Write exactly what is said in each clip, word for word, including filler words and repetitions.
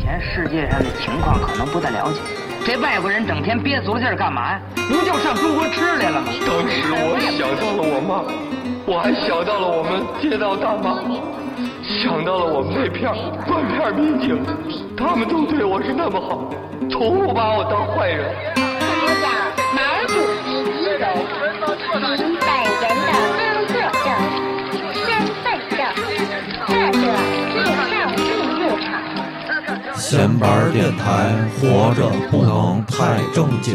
前世界上的情况可能不太了解，这外国人整天憋足了劲儿干嘛呀？不就上中国吃来了吗？ 当时我想到了我妈，我还想到了我们街道大妈，想到了我们那片断片民警，他们都对我是那么好，从不把我当坏人。 我想毛主席遗容，您本人的工作证、身份证，或者介绍进入场。 闲班电台，活着不能太正经。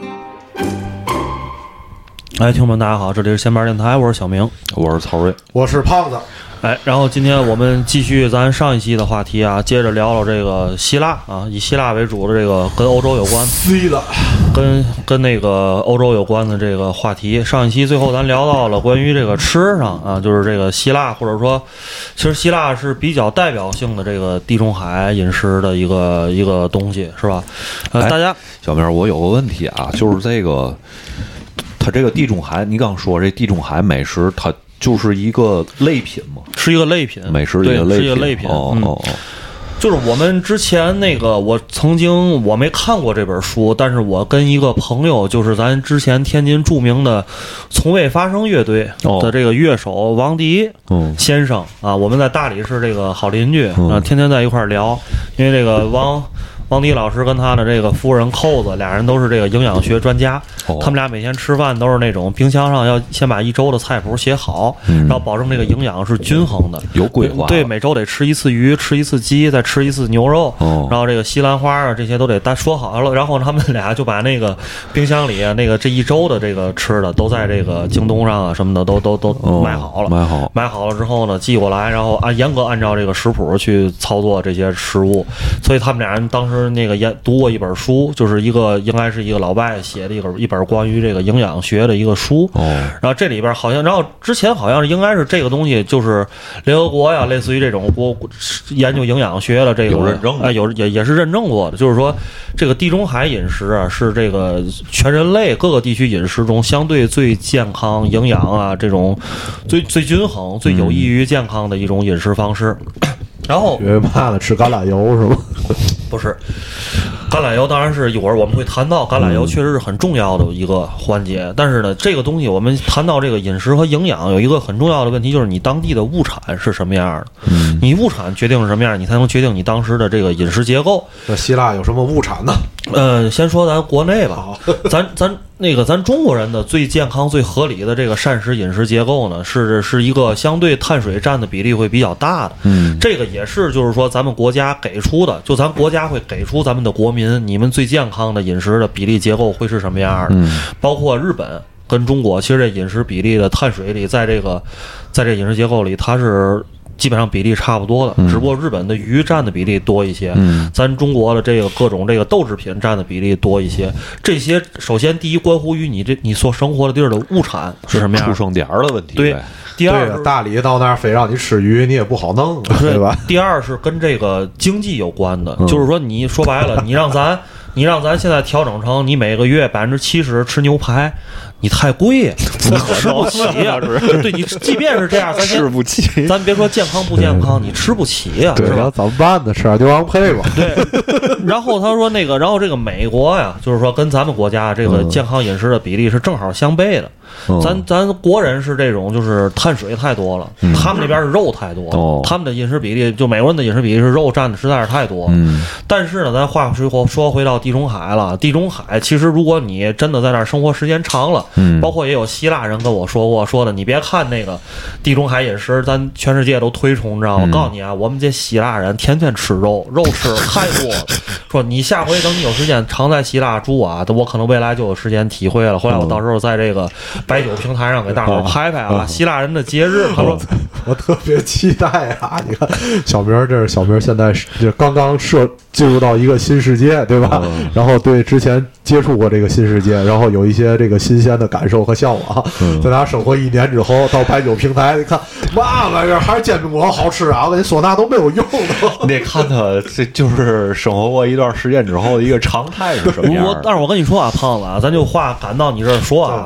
哎，听众们大家好，这里是闲班电台，我是小明， 我是曹睿， 我是胖子。 哎，然后今天我们继续咱上一期的话题啊，接着聊聊这个希腊啊，以希腊为主的这个跟欧洲有关，跟跟那个欧洲有关的这个话题。上一期最后咱聊到了关于这个吃上啊，就是这个希腊，或者说，其实希腊是比较代表性的这个地中海饮食的一个一个东西，是吧？呃， 哎、 大家小明，我有个问题啊，就是这个，它这个地中海，你刚说这地中海美食，它就是一个类品吗？ 是一个类品， 美食一个类品， 是一个类品。 哦哦哦。 就是我们之前那个，我曾经我没看过这本书，但是我跟一个朋友，就是咱之前天津著名的从未发生乐队的这个乐手王迪先生啊，我们在大理是这个好邻居啊，天天在一块儿聊，因为这个王。王迪老师跟他的这个夫人扣子，俩人都是这个营养学专家。哦、他们俩每天吃饭都是那种冰箱上要先把一周的菜谱写好，嗯、然后保证这个营养是均衡的， 有规划。 对，每周得吃一次鱼，吃一次鸡，再吃一次牛肉。哦、然后这个西兰花啊，这些都得大说好了。然后他们俩就把那个冰箱里啊，那个这一周的这个吃的都在这个京东上啊什么的都都都买好了， 哦、买好买好了之后呢，寄过来，然后按严格按照这个食谱去操作这些食物。所以他们俩人当时。那个研读过一本书，就是一个应该是一个老外写的一个一本关于这个营养学的一个书。哦，然后这里边好像，然后之前好像是应该是这个东西，就是联合国呀，类似于这种国研究营养学的这个有认证， 哎，有也也是认证过的，就是说这个地中海饮食啊，是这个全人类各个地区饮食中相对最健康、营养啊这种最最均衡、最有益于健康的一种饮食方式。嗯然后学嘛呢？吃橄榄油是吗？ 不是，橄榄油当然是一会儿我们会谈到，橄榄油确实是很重要的一个环节。但是呢，这个东西我们谈到这个饮食和营养，有一个很重要的问题，就是你当地的物产是什么样的。嗯，你物产决定是什么样，你才能决定你当时的这个饮食结构。 那希腊有什么物产呢？ 呃，先说咱国内吧，咱咱那个咱中国人的最健康、最合理的这个膳食饮食结构呢，是是一个相对碳水占的比例会比较大的。嗯，这个也是就是说咱们国家给出的，就咱国家会给出咱们的国民，你们最健康的饮食的比例结构会是什么样的？嗯，包括日本跟中国，其实这饮食比例的碳水里，在这个在这饮食结构里，它是。基本上比例差不多的，只不过日本的鱼占的比例多一些，嗯，咱中国的这个各种这个豆制品占的比例多一些。这些首先第一关乎于你这你所生活的地儿的物产是什么样， 出生点的问题。 对，第二大理到那儿非让你吃鱼，你也不好弄，对吧？ 第二是跟这个经济有关的，嗯、就是说你说白了，你让咱你让咱现在调整成你每个月百分之七十吃牛排。你太贵呀，你吃不起呀！对你，即便是这样，咱吃不起。 咱别说健康不健康，你吃不起呀， 对吧？怎么办呢？吃点牛羊配吧。 对。然后他说那个，然后这个美国呀，就是说跟咱们国家这个健康饮食的比例是正好相悖的。嗯、咱咱国人是这种，就是碳水太多了，嗯、他们那边是肉太多了，哦、他们的饮食比例，就美国人的饮食比例是肉占的实在是太多了。嗯、但是呢，咱话说说回到地中海了，地中海其实如果你真的在那儿生活时间长了，嗯、包括也有希腊人跟我说过，说的你别看那个地中海饮食，咱全世界都推崇，你知道吗？我告诉你啊，我们这希腊人天天吃肉，肉吃的太多了。说你下回等你有时间常在希腊住啊，我可能未来就有时间体会了。后来我到时候在这个白酒平台上给大伙儿拍拍啊，希腊人的节日。他说我特别期待啊！你看小明这是小明现在就刚刚设进入到一个新世界，对吧？嗯、然后对之前接触过这个新世界，然后有一些这个新鲜的感受和向往。嗯、在他生活一年之后，到白酒平台，你看嘛玩意儿还是煎饼果好吃啊！我跟你说那都没有用的。 你得看他这就是生活过一段时间之后的一个常态是什么样的。 我但是我跟你说啊，胖子啊，咱就话赶到你这儿说啊。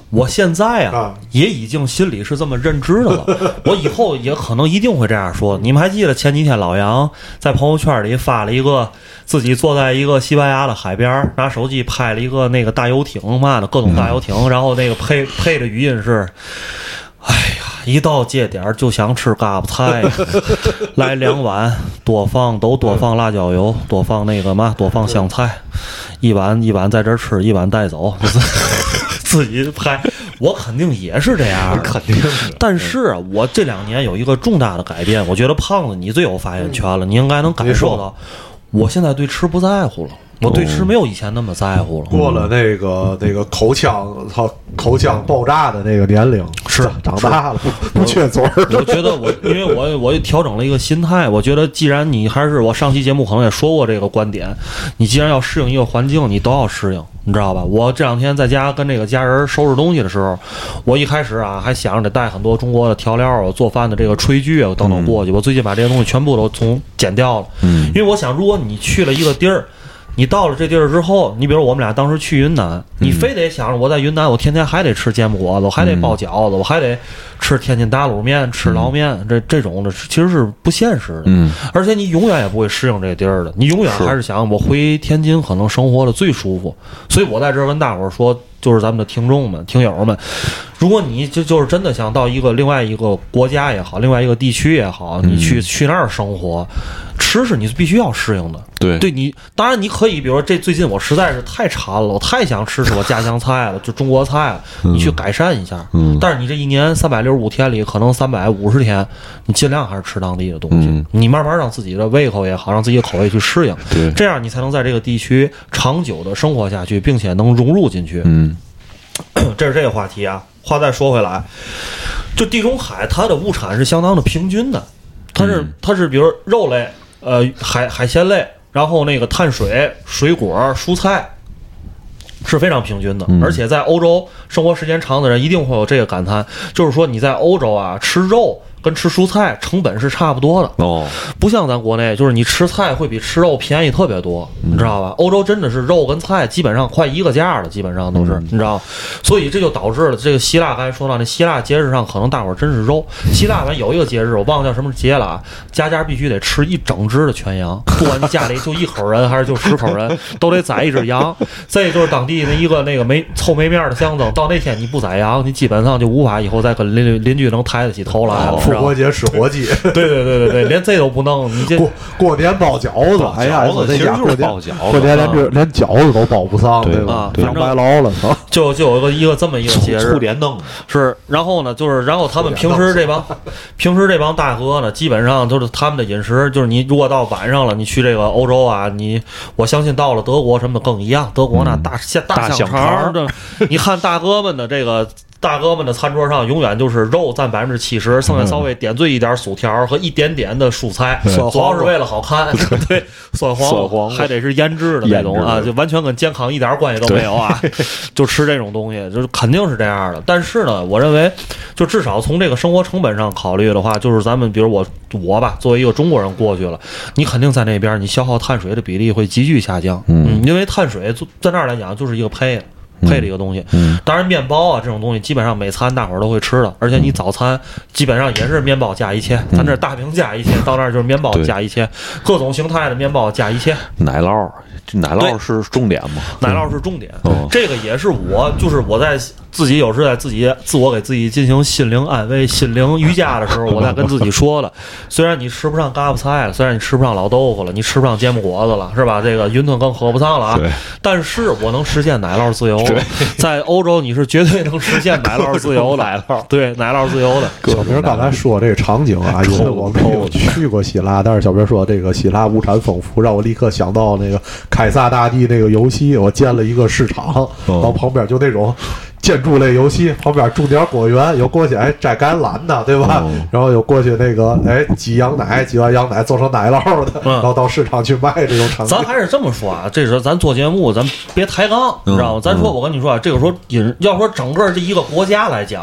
我现在啊， 啊也已经心里是这么认知的了。我以后也可能一定会这样说。你们还记得前几天老杨在朋友圈里发了一个自己坐在一个西班牙的海边，拿手机拍了一个那个大游艇嘛的各种大游艇，嗯、然后那个配配的语音是。哎呀，一到节点就想吃嘎巴菜，来两碗，多放都多放辣椒油，多放那个嘛，多放香菜，一碗一碗在这儿吃，一碗带走，自己拍。我肯定也是这样， 肯定是。 但是我这两年有一个重大的改变，我觉得胖子你最有发言权了，你应该能感受到，我现在对吃不在乎了。我对吃没有以前那么在乎了， 过了那个那个口腔操口腔爆炸的那个年龄， 是长大了，不不缺嘴儿。 我觉得我因为我我调整了一个心态，我觉得既然你还是我上期节目可能也说过这个观点，你既然要适应一个环境，你都要适应，你知道吧？我这两天在家跟这个家人收拾东西的时候，我一开始啊还想着得带很多中国的调料啊、做饭的这个炊具啊等等过去，我最近把这些东西全部都从减掉了，嗯，因为我想如果你去了一个地儿。你到了这地儿之后，你比如我们俩当时去云南，你非得想着我在云南，我天天还得吃煎饼果子，我还得包饺子，我还得吃天津大卤面、吃捞面，这这种的其实是不现实的。嗯，而且你永远也不会适应这地儿的，你永远还是想我回天津可能生活的最舒服。所以我在这儿跟大伙儿说，就是咱们的听众们、听友们，如果你就就是真的想到一个另外一个国家也好，另外一个地区也好，你去、嗯、去那儿生活，吃是你必须要适应的。 对， 对你当然你可以，比如说这最近我实在是太馋了，我太想吃吃我家乡菜了，就中国菜了，你去改善一下。嗯，但是你这一年三百六十五天里，可能三百五十天，你尽量还是吃当地的东西。嗯，你慢慢让自己的胃口也好，让自己的口味去适应，对，这样你才能在这个地区长久的生活下去，并且能融入进去。嗯，这是这个话题啊。话再说回来，就地中海它的物产是相当的平均的，它是、嗯、它是比如肉类、呃海海鲜类。然后那个碳水、水果、蔬菜是非常平均的，嗯、而且在欧洲生活时间长的人一定会有这个感叹，就是说你在欧洲啊吃肉跟吃蔬菜成本是差不多的哦，不像咱国内，就是你吃菜会比吃肉便宜特别多，嗯、你知道吧？欧洲真的是肉跟菜基本上快一个价的，基本上都是，嗯、你知道，所以这就导致了这个希腊刚才说到那希腊节日上，可能大伙儿真是肉。希腊完有一个节日，我忘了叫什么节了啊，家家必须得吃一整只的全羊，不管你家里就一口人还是就十口人，都得宰一只羊。这就是当地的一个那个没凑没面的象征。到那天你不宰羊，你基本上就无法以后再跟邻邻居能抬得起头来了。 复活节吃火鸡， 对对对对对，连这都不弄，你这过过年包饺子，哎呀， 饺子其实就是包饺子， 过年连这连饺子都包不上，对吧？养白劳了， 就就有个一个这么一个节日， 触点弄是，然后呢，就是然后他们平时这帮平时这帮大哥呢，基本上就是他们的饮食，就是你如果到晚上了，你去这个欧洲啊，你我相信到了德国什么的更一样，德国那大大香肠的，你看大哥们的这个。大哥们的餐桌上永远就是肉占百分之七十，剩下稍微点缀一点薯条和一点点的蔬菜，主要是为了好看。对，酸黄瓜还得是腌制的那种啊，就完全跟健康一点关系都没有啊，就吃这种东西，就是肯定是这样的。但是呢，我认为，就至少从这个生活成本上考虑的话，就是咱们比如我我吧，作为一个中国人过去了，你肯定在那边你消耗碳水的比例会急剧下降，嗯，因为碳水在那儿来讲就是一个配的。配的一个东西，嗯，当然面包啊这种东西基本上每餐大伙儿都会吃的，而且你早餐基本上也是面包加一切，咱这大饼加一切，到那儿就是面包加一切，各种形态的面包加一切。 奶酪，这奶酪是重点吗？ 奶酪是重点，嗯、这个也是我就是我在自己有时在自己自我给自己进行心灵安慰、心灵瑜伽的时候，我在跟自己说了，虽然你吃不上嘎巴菜了，虽然你吃不上老豆腐了，你吃不上煎饼果子了，是吧？这个云吞更喝不上了啊，但是我能实现奶酪自由。在欧洲你是绝对能实现奶酪自由的，奶酪对奶酪自由的。 小明刚才说这个场景啊，因为我没有去过希腊，但是小明说这个希腊物产丰富，让我立刻想到那个凯撒大帝那个游戏，我建了一个市场，然后旁边就那种建筑类游戏，旁边种点果园，有过去哎摘橄榄的，对吧？哦、然后有过去那个哎挤羊奶，挤完羊奶做成奶酪的，嗯、然后到市场去卖这种场景。 咱还是这么说啊，这时候咱做节目，咱别抬杠，你知道吗？嗯、咱说，我跟你说啊，这个说引要说整个这一个国家来讲。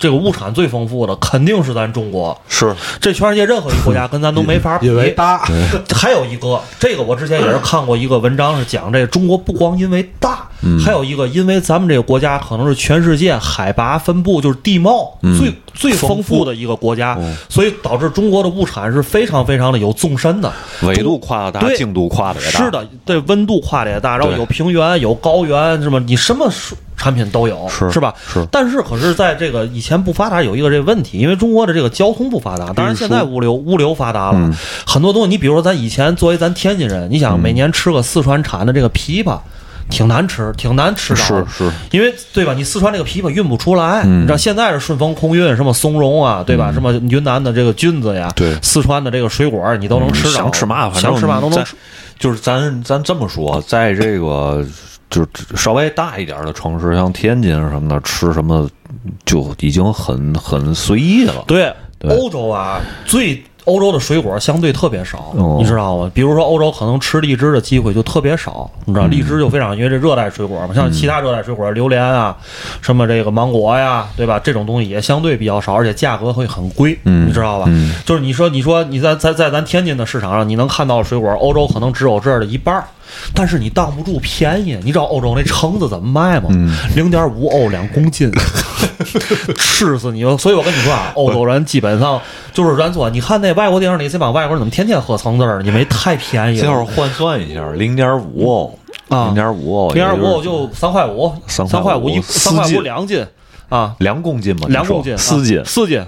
这个物产最丰富的肯定是咱中国， 是这全世界任何一个国家跟咱都没法比。 因为大， 还有一个，这个我之前也是看过一个文章，是讲这个中国不光因为大， 嗯、 还有一个因为咱们这个国家可能是全世界海拔分布就是地貌最、嗯、最丰富的一个国家、嗯，所以导致中国的物产是非常非常的有纵深的， 纬度跨的大，经度跨的也大， 是的，对，温度跨的也大，然后有平原有高原，什么你什么产品都有， 是是吧？ 是。 但是可是在这个以前不发达有一个这个问题，因为中国的这个交通不发达，当然现在物流物流发达了、嗯，很多东西你比如说咱以前作为咱天津人，你想每年吃个四川产的这个枇杷。挺难吃，挺难吃到的， 是是， 因为对吧？你四川这个枇杷运不出来，嗯、你知道现在是顺丰空运，什么松茸啊，对吧？嗯、什么云南的这个菌子呀， 对， 四川的这个水果你都能吃到， 想吃嘛，反正想吃嘛都能吃。 就是咱咱这么说，在这个就是稍微大一点的城市，像天津什么的，吃什么就已经很很随意了。 对，对欧洲啊，最。欧洲的水果相对特别少， 哦、 你知道吗？比如说欧洲可能吃荔枝的机会就特别少，你知道，荔枝就非常因为这热带水果嘛，像其他热带水果，榴莲啊，什么这个芒果呀，对吧？这种东西也相对比较少，而且价格会很贵， 嗯、 你知道吧？ 嗯、 就是你说你说你在在在咱天津的市场上，你能看到的水果，欧洲可能只有这儿的一半。但是你挡不住便宜，你知道欧洲那橙子怎么卖吗？零点五欧两公斤，吃死你！所以我跟你说啊，欧洲人基本上就是咱说，你看那外国电影里这帮外国人怎么天天喝橙汁儿？因为太便宜了。 这会儿换算一下，零点五欧啊，零点五欧， 零点五欧就三块五， 三块五一三块五两斤啊， 两公斤嘛， 两公斤， 四斤， 四斤。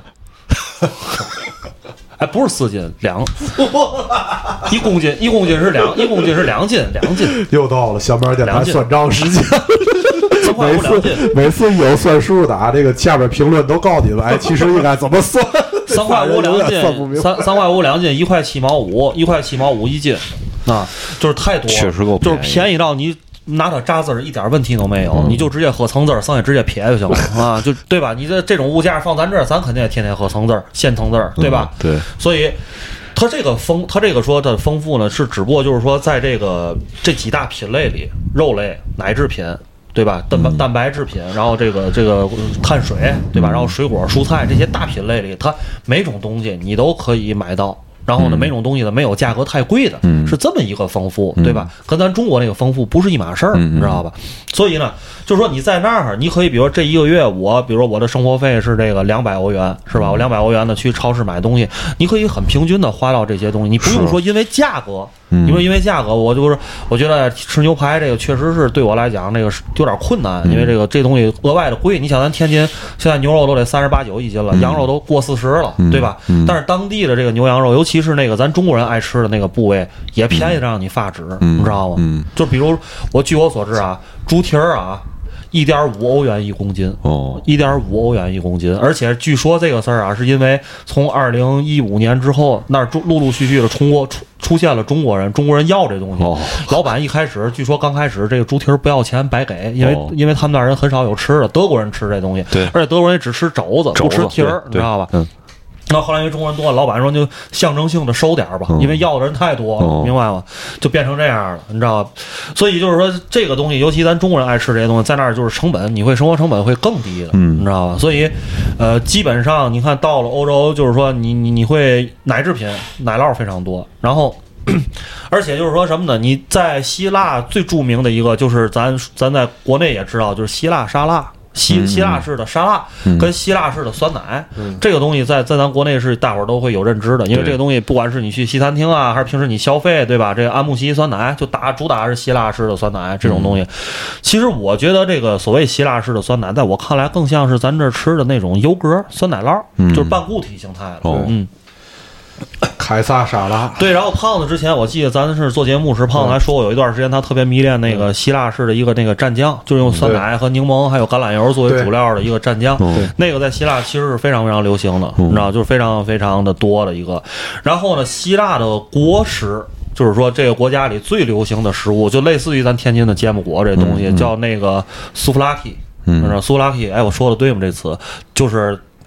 哎，不是四斤，两一公斤，一公斤是两，一公斤是两斤，两斤。 又到了小面电台算账时间。每次每次有算数的啊，这个下边评论都告诉你们，哎，其实应该怎么算？ 三块五两斤，三三块五两斤，一块七毛五，一块七毛五一斤，啊，就是太多了， 确实够就是便宜到你。拿它榨汁儿一点问题都没有，嗯、你就直接喝橙汁儿，剩下直接撇就行了啊，就对吧？你这这种物价放咱这儿，咱肯定也天天喝橙汁儿，鲜橙汁儿，对吧？ 嗯、对， 所以它这个丰，它这个说的丰富呢，是只不过就是说在这个这几大品类里，肉类、奶制品。对吧？蛋白蛋白制品，然后这个这个碳水，对吧？然后水果、蔬菜这些大品类里，它每种东西你都可以买到。然后呢，每种东西呢没有价格太贵的， 嗯、 是这么一个丰富，对吧？跟咱中国那个丰富不是一码事儿， 嗯、 你知道吧？所以呢，就是说你在那儿，你可以比如说这一个月我，比如说我的生活费是这个两百欧元，是吧？我两百欧元的去超市买东西，你可以很平均的花到这些东西，你不用说因为价格。因为因为价格，我就是我觉得吃牛排这个确实是对我来讲，那个是有点困难，因为这个这东西额外的贵。你想咱天津现在牛肉都得三十八九一斤了，羊肉都过四十了，对吧？但是当地的这个牛羊肉，尤其是那个咱中国人爱吃的那个部位，也便宜的让你发指，你知道吗？就比如我据我所知啊，猪蹄儿啊。一点五欧元一公斤哦， 一点五欧元一公斤，而且据说这个事儿啊，是因为从二零一五年之后，那儿陆陆续续的中国出出现了中国人，中国人要这东西。 哦、 老板一开始据说刚开始这个猪蹄儿不要钱白给，因为、哦、因为他们那儿人很少有吃的，德国人吃这东西， 对， 而且德国人只吃肘子， 肘不吃蹄儿，你知道吧？ 嗯。 那后来因为中国人多，老板说就象征性的收点吧，因为要的人太多了， 嗯、 明白吗？就变成这样了，你知道吧？所以就是说这个东西，尤其咱中国人爱吃这些东西，在那儿就是成本，你会生活成本会更低的， 嗯， 你知道吧？所以，呃，基本上你看到了欧洲，就是说你你你会奶制品、奶酪非常多，然后。而且就是说什么呢？你在希腊最著名的一个就是咱咱在国内也知道，就是希腊沙拉。希希腊式的沙拉跟希腊式的酸奶， 嗯、 这个东西在在咱国内是大伙儿都会有认知的，因为这个东西不管是你去西餐厅啊，还是平时你消费，对吧？这个安慕希酸奶就打主打是希腊式的酸奶这种东西。嗯、其实我觉得这个所谓希腊式的酸奶，在我看来更像是咱这吃的那种优格酸奶酪， 嗯、 就是半固体形态的。 哦、 嗯。 凯撒沙拉对，然后胖子之前我记得咱是做节目时，胖子还说过有一段时间他特别迷恋那个希腊式的一个那个蘸酱，就是用酸奶和柠檬还有橄榄油作为主料的一个蘸酱，那个在希腊其实是非常非常流行的，你知道，就是非常非常的多的一个。然后呢，希腊的国食。就是说，这个国家里最流行的食物，就类似于咱天津的芥末果这东西， 嗯、 叫那个苏弗拉提。 嗯， 苏弗拉提，哎，我说的对吗？这词就是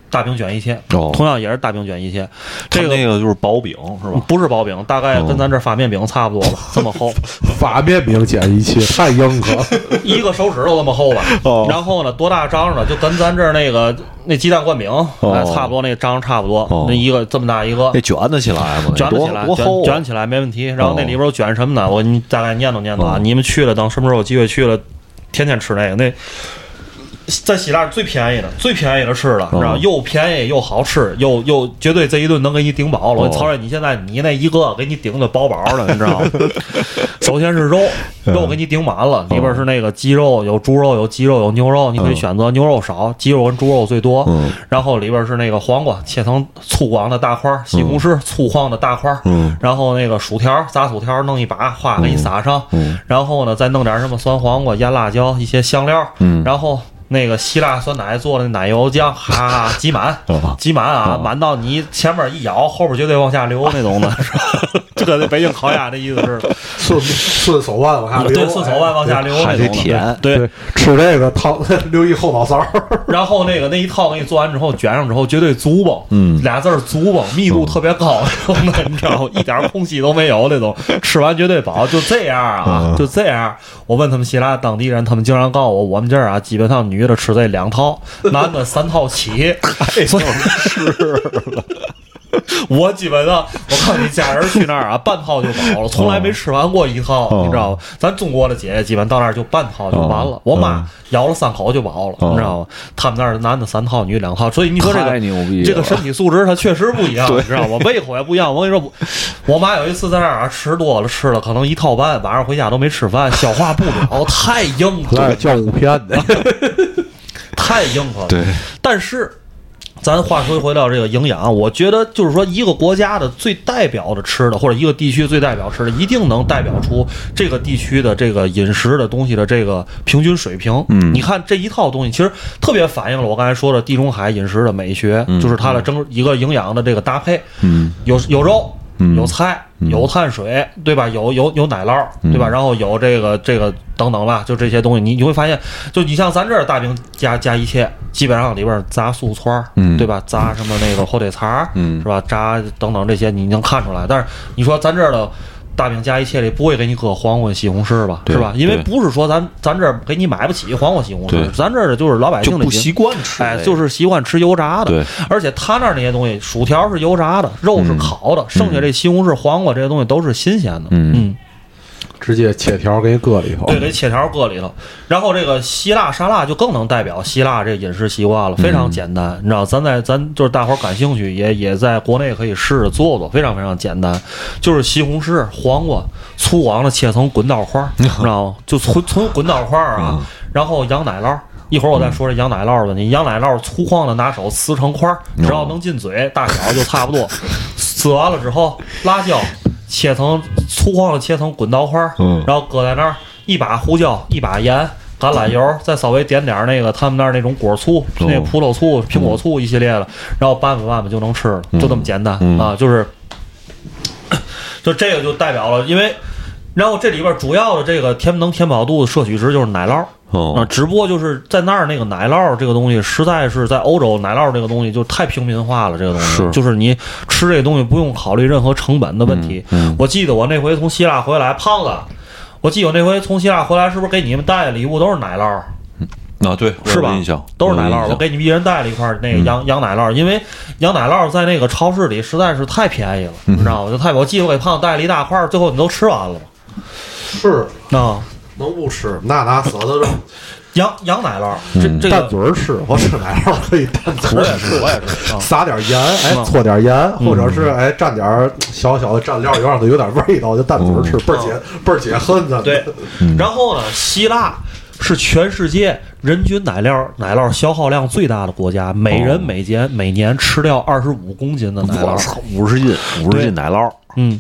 大饼卷一切， 哦同样也是大饼卷一切。这个那个就是薄饼是吧？ 不是薄饼，大概跟咱这发面饼差不多吧，这么厚。 发面饼卷一切，太硬了， 一个手指头这么厚吧。 哦然后呢，多大张呢？就跟咱这儿那个那鸡蛋灌饼， 哦哎，差不多那张差不多。 哦那一个这么大一个， 那卷得起来吗？ 卷得起来， 多厚、啊卷卷起来没问题。然后那里边有卷什么呢？我给你大概念叨念叨啊。 哦你们去了，等什么时候有机会去了，天天吃那个那。在希腊最便宜的，最便宜的吃的，你知道，又便宜又好吃，又又绝对这一顿能给你顶饱了。我曹睿，你现在你那一个给你顶的饱饱的，你知道吗？首先是肉，肉给你顶满了，里边是那个鸡肉，有猪肉，有鸡肉，有牛肉，你可以选择牛肉少，鸡肉跟猪肉最多。然后里边是那个黄瓜，切成粗黄的大块，西红柿粗黄的大块，然后那个薯条，炸薯条弄一把，花给你撒上，然后呢再弄点什么酸黄瓜、腌辣椒、一些香料，然后。那个希腊酸奶做的奶油酱，哈哈，挤满，挤满啊，满到你前面一咬，后边绝对往下流那种的，这个北京烤鸭的意思是顺顺手腕往下流， 对，顺手腕往下流那种的，对， 对，吃这个掏留一后脑勺， 然后那个那一套给你做完之后，卷上之后绝对足吧，嗯，俩字儿足吧，密度特别高那种的，你知道吗？一点空隙都没有那种，吃完绝对饱，就这样啊，就这样。我问他们希腊当地人，他们经常告诉我，我们这儿啊，基本上女的吃这两套，男的三套起，所以是。我基本上，我告诉你，家人去那儿啊，半套就饱了，从来没吃完过一套，你知道吗？咱中国的姐姐基本到那儿就半套就完了，我妈咬了三口就饱了，你知道吗？他们那儿男的三套，女的两套，所以你说这个这个身体素质它确实不一样，你知道吗？胃口也不一样。我跟你说，我妈有一次在那儿吃多了，吃了可能一套半，晚上回家都没吃饭，消化不了，太硬了， 叫五片的， 太硬了。 对， 但是。咱话说回到这个营养，我觉得就是说，一个国家的最代表的吃的，或者一个地区最代表吃的，一定能代表出这个地区的这个饮食的东西的这个平均水平。嗯，你看这一套东西，其实特别反映了我刚才说的地中海饮食的美学，嗯、就是它的整一个营养的这个搭配。嗯，有有肉。有菜，有碳水，对吧？有有有奶酪，对吧？然后有这个这个等等吧，就这些东西，你你会发现，就你像咱这儿大饼加加一切，基本上里边炸酥串儿，对吧？炸什么那个火腿肠，是吧？炸等等这些你能看出来。但是你说咱这儿的大饼加一切里不会给你搁黄瓜西红柿吧，是吧？因为不是说咱咱这儿给你买不起黄瓜西红柿，咱这儿的就是老百姓的不习惯吃， 哎，就是习惯吃油炸的。 对， 而且他那儿那些东西，薯条是油炸的，肉是烤的，剩下这西红柿、黄瓜这些东西都是新鲜的。嗯。 直接切条给你搁里头， 对，给切条搁里头。然后这个希腊沙拉就更能代表希腊这饮食习惯了，非常简单。嗯、你知道，咱在咱就是大伙儿感兴趣，也也在国内可以试着做做，非常非常简单。就是西红柿、黄瓜粗黄的切成滚刀块儿，你知道吗？就纯纯滚刀块儿啊。然后羊奶酪，一会儿我再说这羊奶酪的问题。羊奶酪粗犷的拿手撕成块儿，只要能进嘴，大小就差不多。撕完了之后，辣椒。切成粗犷的，切成滚刀块，嗯，然后搁在那儿，一把胡椒，一把盐，橄榄油，再稍微点点那个他们那儿那种果醋，那个葡萄醋、苹果醋一系列的，然后拌吧拌吧就能吃了，就这么简单、嗯、啊！就是，就这个就代表了，因为，然后这里边主要的这个甜能填饱肚子摄取值就是奶酪。哦、啊，只不过就是在那儿那个奶酪这个东西，实在是在欧洲奶酪这个东西就太平民化了。这个东西是就是你吃这个东西不用考虑任何成本的问题。嗯嗯、我记得我那回从希腊回来，胖子，我记得我那回从希腊回来，是不是给你们带的礼物都是奶酪？ 啊，对， 是吧？都是奶酪。我给你们一人带了一块那个羊、嗯、羊奶酪，因为羊奶酪在那个超市里实在是太便宜了，嗯、你知道吗？就太，我记得我给胖子带了一大块，最后你都吃完了吗？ 是啊。 能不吃那拿舍得肉， 羊羊奶酪，这这淡嘴吃，我吃奶酪可以淡嘴。 我也是，我也是， 撒点盐，哎，搓点盐，或者是哎蘸点小小的蘸料，有让它有点味道，就淡嘴吃，倍儿解倍儿解恨的。 对，然后呢，希腊是全世界人均奶酪奶酪消耗量最大的国家，每人每年每年吃掉二十五公斤的奶酪， 五十斤，五十斤奶酪。 嗯，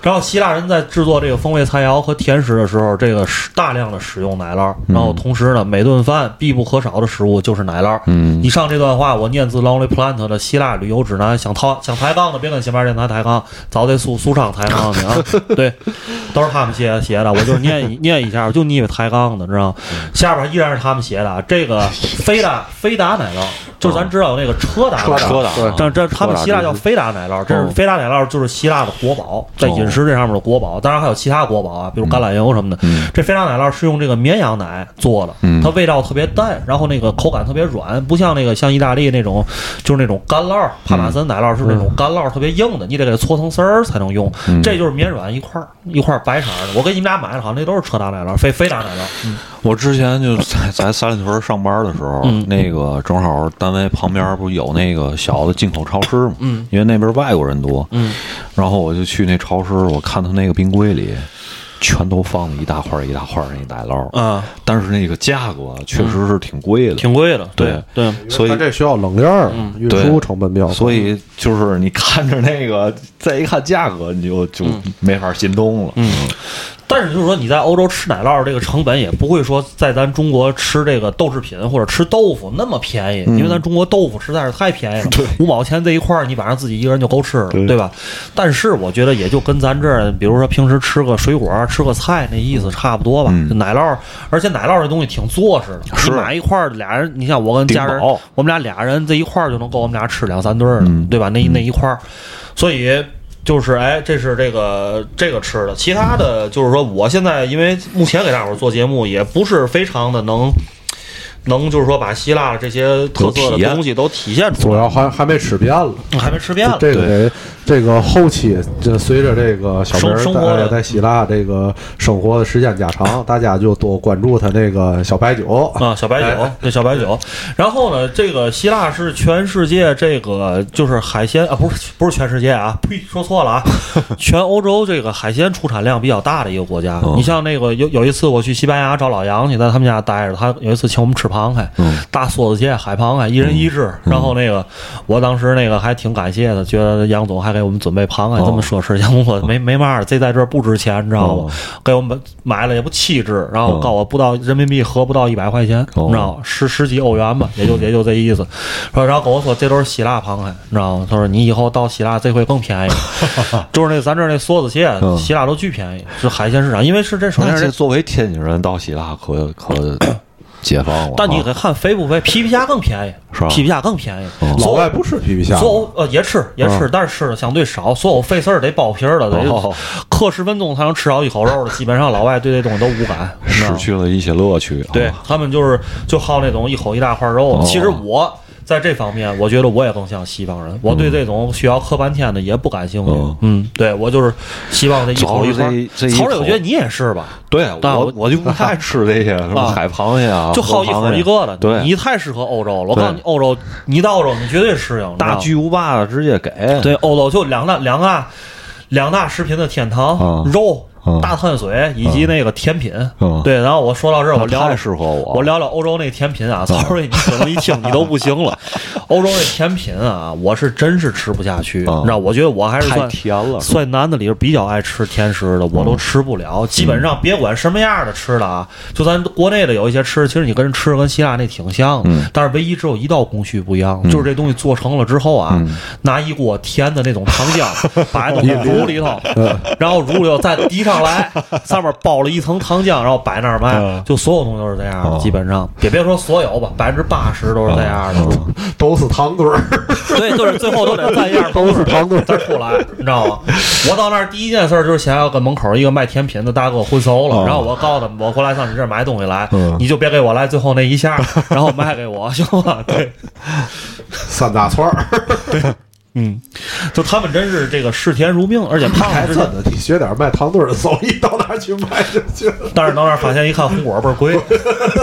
然后希腊人在制作这个风味菜肴和甜食的时候，这个大量的使用奶酪，然后同时呢，每顿饭必不可少的食物就是奶酪。嗯，以上这段话我念自 Lonely Planet 的希腊旅游指南，想掏想抬杠的别跟新闻电台抬杠，早得苏苏昌抬杠去啊！对，都是他们写写的，我就是念念一下，我就腻歪抬杠的，知道吗？下边依然是他们写的啊，这个菲达菲达奶酪，就是咱知道有那个车达车车达， 这这他们希腊叫菲达奶酪，这是菲达奶酪就是希腊的国宝，在饮食这上面的国宝，当然还有其他国宝啊，比如橄榄油什么的。嗯、这菲达奶酪是用这个绵羊奶做的，它味道特别淡，然后那个口感特别软，不像那个像意大利那种就是那种干酪，帕玛森奶酪是那种干酪特别硬的，你得给它搓成丝儿才能用。嗯、这就是绵软一块一块白色的，我给你们俩买的好像那都是车达奶酪，菲菲达奶酪。嗯， 我之前就在在三里屯上班的时候，嗯、那个正好单位旁边不有那个小的进口超市嘛，嗯，因为那边外国人多，嗯，然后我就去那超市，我看他那个冰柜里全都放了一大块一大块那奶酪啊，但是那个价格确实是挺贵的， 嗯、挺贵的， 对对， 所以这需要冷链儿，嗯、运输成本比较高， 所以就是你看着那个再一看价格，你就就没法心动了， 嗯。但是就是说你在欧洲吃奶酪这个成本也不会说在咱中国吃这个豆制品或者吃豆腐那么便宜，嗯、因为咱中国豆腐实在是太便宜了，五毛钱这一块你晚上自己一个人就够吃了，对, 对吧？但是我觉得也就跟咱这儿，比如说平时吃个水果、吃个菜那意思差不多吧。嗯、奶酪，而且奶酪这东西挺作实的，你买一块俩人，你像我跟家人，我们俩俩人这一块就能够我们俩吃两三顿了，嗯、对吧？那那一块，所以。就是哎，这是这个这个吃的，其他的就是说，我现在因为目前给大伙儿做节目，也不是非常的能。能就是说把希腊这些特色的东西都体现出来， 主要还还没吃遍了， 还没吃遍了。 这个得这个后期，这随着这个小明在在希腊这个生活的时间加长，大家就多关注他那个小白酒啊，小白酒，这、哎、小白酒。然后呢，这个希腊是全世界这个就是海鲜啊，不是不是全世界啊，呸，说错了啊，全欧洲这个海鲜出产量比较大的一个国家。嗯、你像那个有有一次我去西班牙找老杨去，在他们家待着，他有一次请我们吃螃蟹，嗯、大梭子蟹、海螃蟹，一人一只。嗯、然后那个，我当时那个还挺感谢的，觉得杨总还给我们准备螃蟹这么奢侈。杨总说没没嘛，这在这儿不值钱，你知道吗？给我们买了也不七只，然后告我不到人民币合不到一百块钱，你知道吗？十十几欧元吧，也就也就这意思。说然后跟我说这都是希腊螃蟹，你知道吗？他说你以后到希腊这回更便宜，就是那咱这儿那梭子蟹，希腊都巨便宜，是海鲜市场，因为是这首先是作为天津人到希腊可可。解放了， 但你得看肥不肥，皮皮虾更便宜， 是吧？ 皮皮虾更便宜。 哦、老外不吃皮皮虾， 所有呃也吃也吃，嗯、但是吃的相对少。所有费事儿得剥皮儿的，得刻十分钟才能吃到一口肉的，基本上老外对这东西都无感， 失去了一些乐趣。 对、哦、他们就是就好那种一口一大块肉。哦、其实我。在这方面，我觉得我也更像西方人。我对这种需要磕半天的也不感兴趣。嗯，嗯对我就是希望这一口一块。曹磊，我觉得你也是吧？ 对，我我就不太吃这些什么海螃蟹啊， 就好一口一个的。 对， 你太适合欧洲了。我告诉你，欧洲你到欧洲你绝对适应。 大巨无霸的直接给。 对，欧洲就两大两大两大食品的天堂，嗯、肉。大碳水以及那个甜品，嗯、对，然后我说到这儿，我聊太适合我， 我聊聊欧洲那甜品啊，曹睿，你可能一听你都不行了。欧洲那甜品啊，我是真是吃不下去，嗯、你知道？我觉得我还是算太甜了， 算男的里边比较爱吃甜食的，我都吃不了。嗯、基本上别管什么样的吃的啊，就咱国内的有一些吃，其实你跟人吃跟希腊那挺像的，嗯、但是唯一只有一道工序不一样，嗯、就是这东西做成了之后啊，嗯、拿一锅甜的那种糖浆摆到炉里头，然后炉里头再滴上。上来，上面包了一层糖浆，然后摆那儿卖，就所有东西都是这样的，基本上也别说所有吧，百分之八十都是这样的， 都是糖墩儿。 对，就是最后都得这样， 都是糖墩儿再出来，你知道吗？我到那儿第一件事就是想要跟门口一个卖甜品的大哥混熟了，然后我告诉他，我回来上你这儿买东西来，你就别给我来最后那一下，然后卖给我，行吗？对， 三大串儿， 对。嗯，就他们真是这个视甜如命，而且胖子真的，你学点卖糖墩儿的手艺，到哪儿去卖就去了。 但是到那儿发现一看，红果倍儿贵，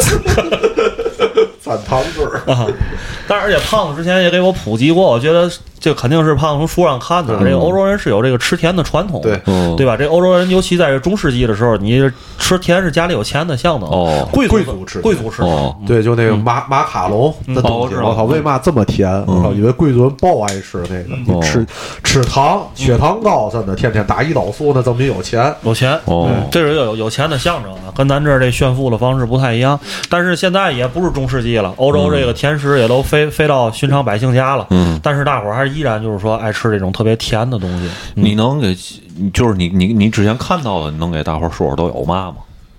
三糖墩儿啊！但是而且胖子之前也给我普及过，我觉得这肯定是胖从书上看的。这个欧洲人是有这个吃甜的传统， 对对吧？这欧洲人尤其在中世纪的时候，你吃甜是家里有钱的象征， 哦， 贵贵族吃贵族吃， 哦， 对，就那个马马卡龙的东西，我操，为嘛这么甜？我操，因为贵族人不爱吃那个，你吃吃糖，血糖高，真的天天打胰岛素，那证明有钱， 有钱， 哦， 这是有有钱的象征啊，跟咱这儿这炫富的方式不太一样。但是现在也不是中世纪了，欧洲这个甜食也都飞飞到寻常百姓家了，嗯，但是大伙儿还是依然就是说爱吃这种特别甜的东西。嗯、 你能给，就是你你你之前看到的，你能给大伙儿说说都有嘛吗？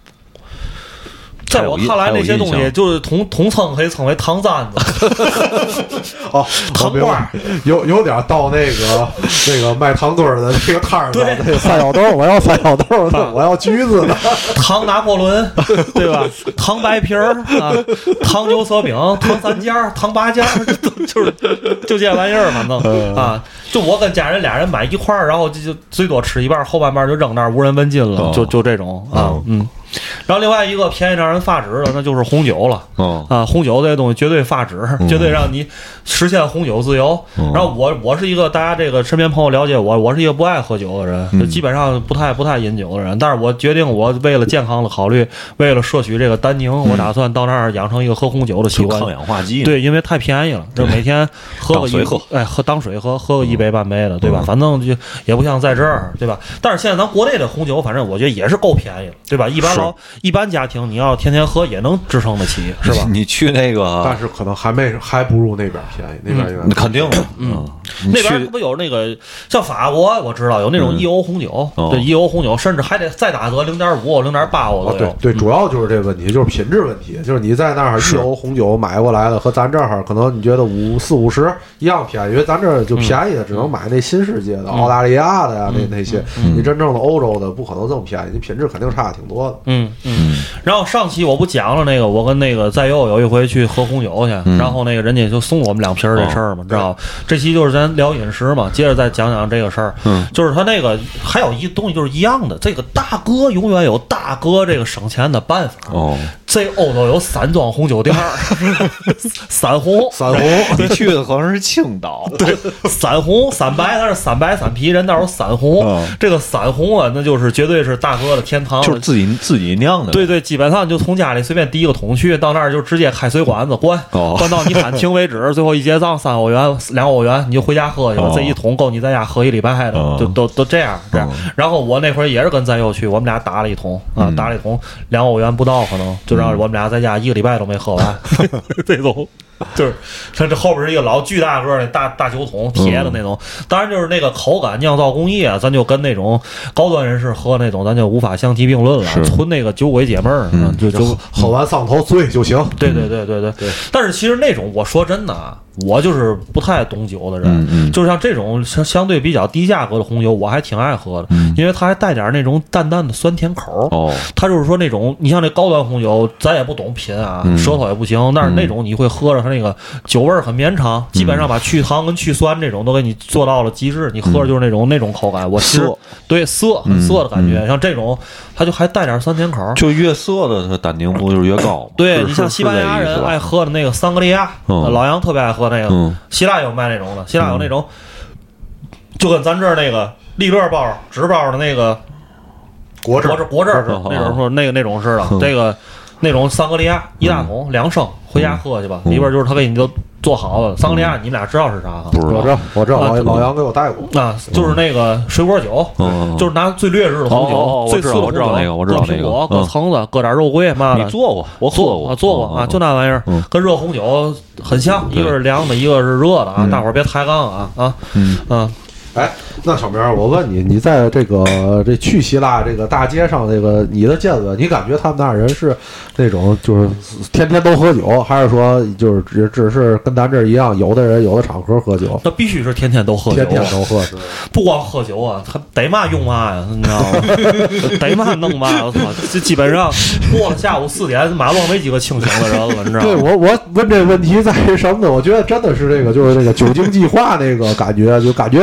在我看来，那些东西就是同同称可以称为糖簪子。 哦，糖瓜有有点到那个那个卖糖墩儿的那个摊儿上，那个三角豆，我要三角豆的，我要橘子的， 糖拿破仑，对吧？糖白皮儿啊，糖牛舌饼，糖三件儿，糖八件儿，就是就这玩意儿，反正啊，就我跟家人俩人买一块儿，然后就就最多吃一半，后半半就扔那儿无人问津了，就就这种啊，嗯。然后另外一个便宜让人发指的，那就是红酒了。嗯啊，红酒这些东西绝对发指，嗯、绝对让你实现红酒自由。嗯、然后我我是一个大家这个身边朋友了解我，我是一个不爱喝酒的人，嗯、基本上不太不太饮酒的人。但是我决定，我为了健康的考虑，为了摄取这个单宁，嗯、我打算到那儿养成一个喝红酒的习惯。 抗氧化剂。 对，因为太便宜了，就每天喝个一喝， 哎，喝当水喝，喝个一杯半杯的，对吧？嗯、反正就也不像在这儿，对吧？但是现在咱国内的红酒，反正我觉得也是够便宜了，对吧？一般老一般家。家庭你要天天喝也能支撑得起，是吧？ 你去那个， 但是可能还没还不如那边便宜，那边嗯、肯定的， 嗯，那边不有那个像法国，我知道有那种一欧红酒，嗯、对，一欧红酒甚至还得再打折零点五、零点八欧都有。 哦、对对，主要就是这个问题，就是品质问题，就是你在那儿一欧红酒买过来的和咱这儿可能你觉得五四五十一样便宜，因为咱这儿就便宜的只能买那新世界的、嗯、澳大利亚的呀，嗯、那那些，嗯、你真正的欧洲的不可能这么便宜，你品质肯定差挺多的。 嗯嗯。然后上期我不讲了那个，我跟那个在右有一回去喝红酒去，嗯、然后那个人家就送我们两瓶这事儿嘛，哦、知道？这期就是咱聊饮食嘛，接着再讲讲这个事儿。嗯，就是他那个还有一东西就是一样的，这个大哥永远有大哥这个省钱的办法。哦，这欧洲有散装红酒店，散红散红， 你去的可能是青岛， 对，散红散白，它是散白散啤，人那有散红，哦、这个散红啊，那就是绝对是大哥的天堂， 就是自己自己酿的。 对对，基本上就从家里随便提一个桶去，到那儿就直接开水管子关，哦、关到你喊停为止，最后一结账三欧元、两欧元，你就回家喝去了。哦、这一桶够你在家喝一礼拜的，哦、就都都这样这样。哦、然后我那会儿也是跟咱又去，我们俩打了一桶啊，嗯、打了一桶两欧元不到，可能就让我们俩在家一个礼拜都没喝完，嗯、这种。就是它这后边是一个老巨大个的大大酒桶铁的那种，嗯、当然就是那个口感酿造工艺啊，咱就跟那种高端人士喝那种咱就无法相提并论了，纯那个酒鬼解闷儿，嗯、就就喝完上头醉就行。 对对对对对对。但是其实那种我说真的啊，我就是不太懂酒的人， 嗯嗯、 就像这种相相对比较低价格的红酒，我还挺爱喝的，嗯、因为它还带点那种淡淡的酸甜口。哦，它就是说那种你像那高端红酒，咱也不懂品啊，嗯、舌头也不行，但是那种你会喝着它那个酒味很绵长，基本上把去糖跟去酸这种都给你做到了极致，你喝着就是那种、嗯、那种口感。我其实对涩很涩的感觉，嗯、像这种它就还带点酸甜口， 就越涩的它单宁不就是越高吗？ 对，你像西班牙人爱喝的那个桑格利亚，嗯、老杨特别爱喝那个，嗯、希腊有卖那种的，希腊有那种，嗯、就跟咱这儿那个利乐包纸包的那个果汁果汁果汁那种说那个那种似的，嗯、这个。那种桑格利亚一大桶两升，回家喝去吧。里边就是他给你都做好了。桑格利亚你们俩知道是啥吗？ 不知道，我知道，我知道，老老杨给我带过。 啊，就是那个水果酒，就是拿最劣质的红酒，最次的红酒， 我知道那个，我知道那个， 搁橙子，搁点肉桂，妈的。 你做过？我喝过， 做过啊，就那玩意儿，跟热红酒很像，一个是凉的，一个是热的啊。大伙儿别抬杠啊啊，嗯嗯。 哎，那小明，我问你，你在这个这去希腊这个大街上，这个你的见闻，你感觉他们那人是那种就是天天都喝酒，还是说就是只只是跟咱这一样，有的人有的场合喝酒？ 那必须是天天都喝酒， 天天都喝， 不光喝酒啊，他逮嘛用嘛呀，你知道吗？逮嘛弄嘛，我操！这基本上过了下午四点，马路上没几个清醒的人了，你知道吗？ 对我，我问这问题在于什么呢？我觉得真的是这个，就是那个酒精计划那个感觉，就感觉这个人。